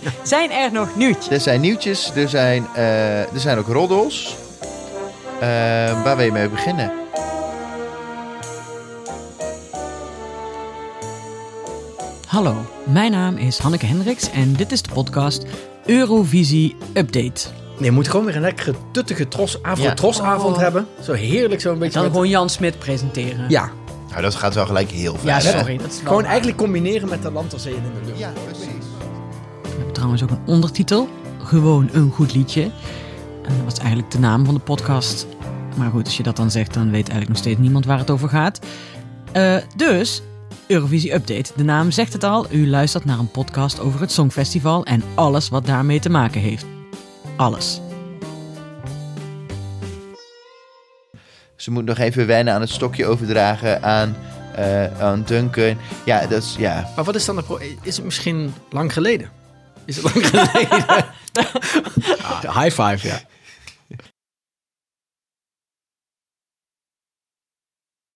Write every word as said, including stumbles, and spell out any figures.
Zijn er nog nieuwtjes? Er zijn nieuwtjes, er zijn, uh, er zijn ook roddels. Uh, waar wil je mee beginnen? Hallo, mijn naam is Hanneke Hendricks en dit is de podcast Eurovisie Update. Nee, je moet gewoon weer een lekkere tuttige tros, afro-trosavond Ja. hebben. Zo heerlijk, zo een beetje. Dan met... gewoon Jan Smit presenteren. Ja. Nou, dat gaat wel gelijk heel ver. Ja, sorry. Dat is wel Gewoon waar. eigenlijk combineren met de Lanterzeeën in de lucht. Ja, precies. We hebben trouwens ook een ondertitel. Gewoon een goed liedje. En dat was eigenlijk de naam van de podcast. Maar goed, als je dat dan zegt, dan weet eigenlijk nog steeds niemand waar het over gaat. Uh, dus, Eurovisie Update. De naam zegt het al. U luistert naar een podcast over het Songfestival en alles wat daarmee te maken heeft. Alles. Ze moet nog even wennen aan het stokje overdragen aan, uh, aan Duncan. Ja, dat is, ja. Maar wat is dan de pro- Is het misschien lang geleden? Is het lang geleden? ah, high five, ja.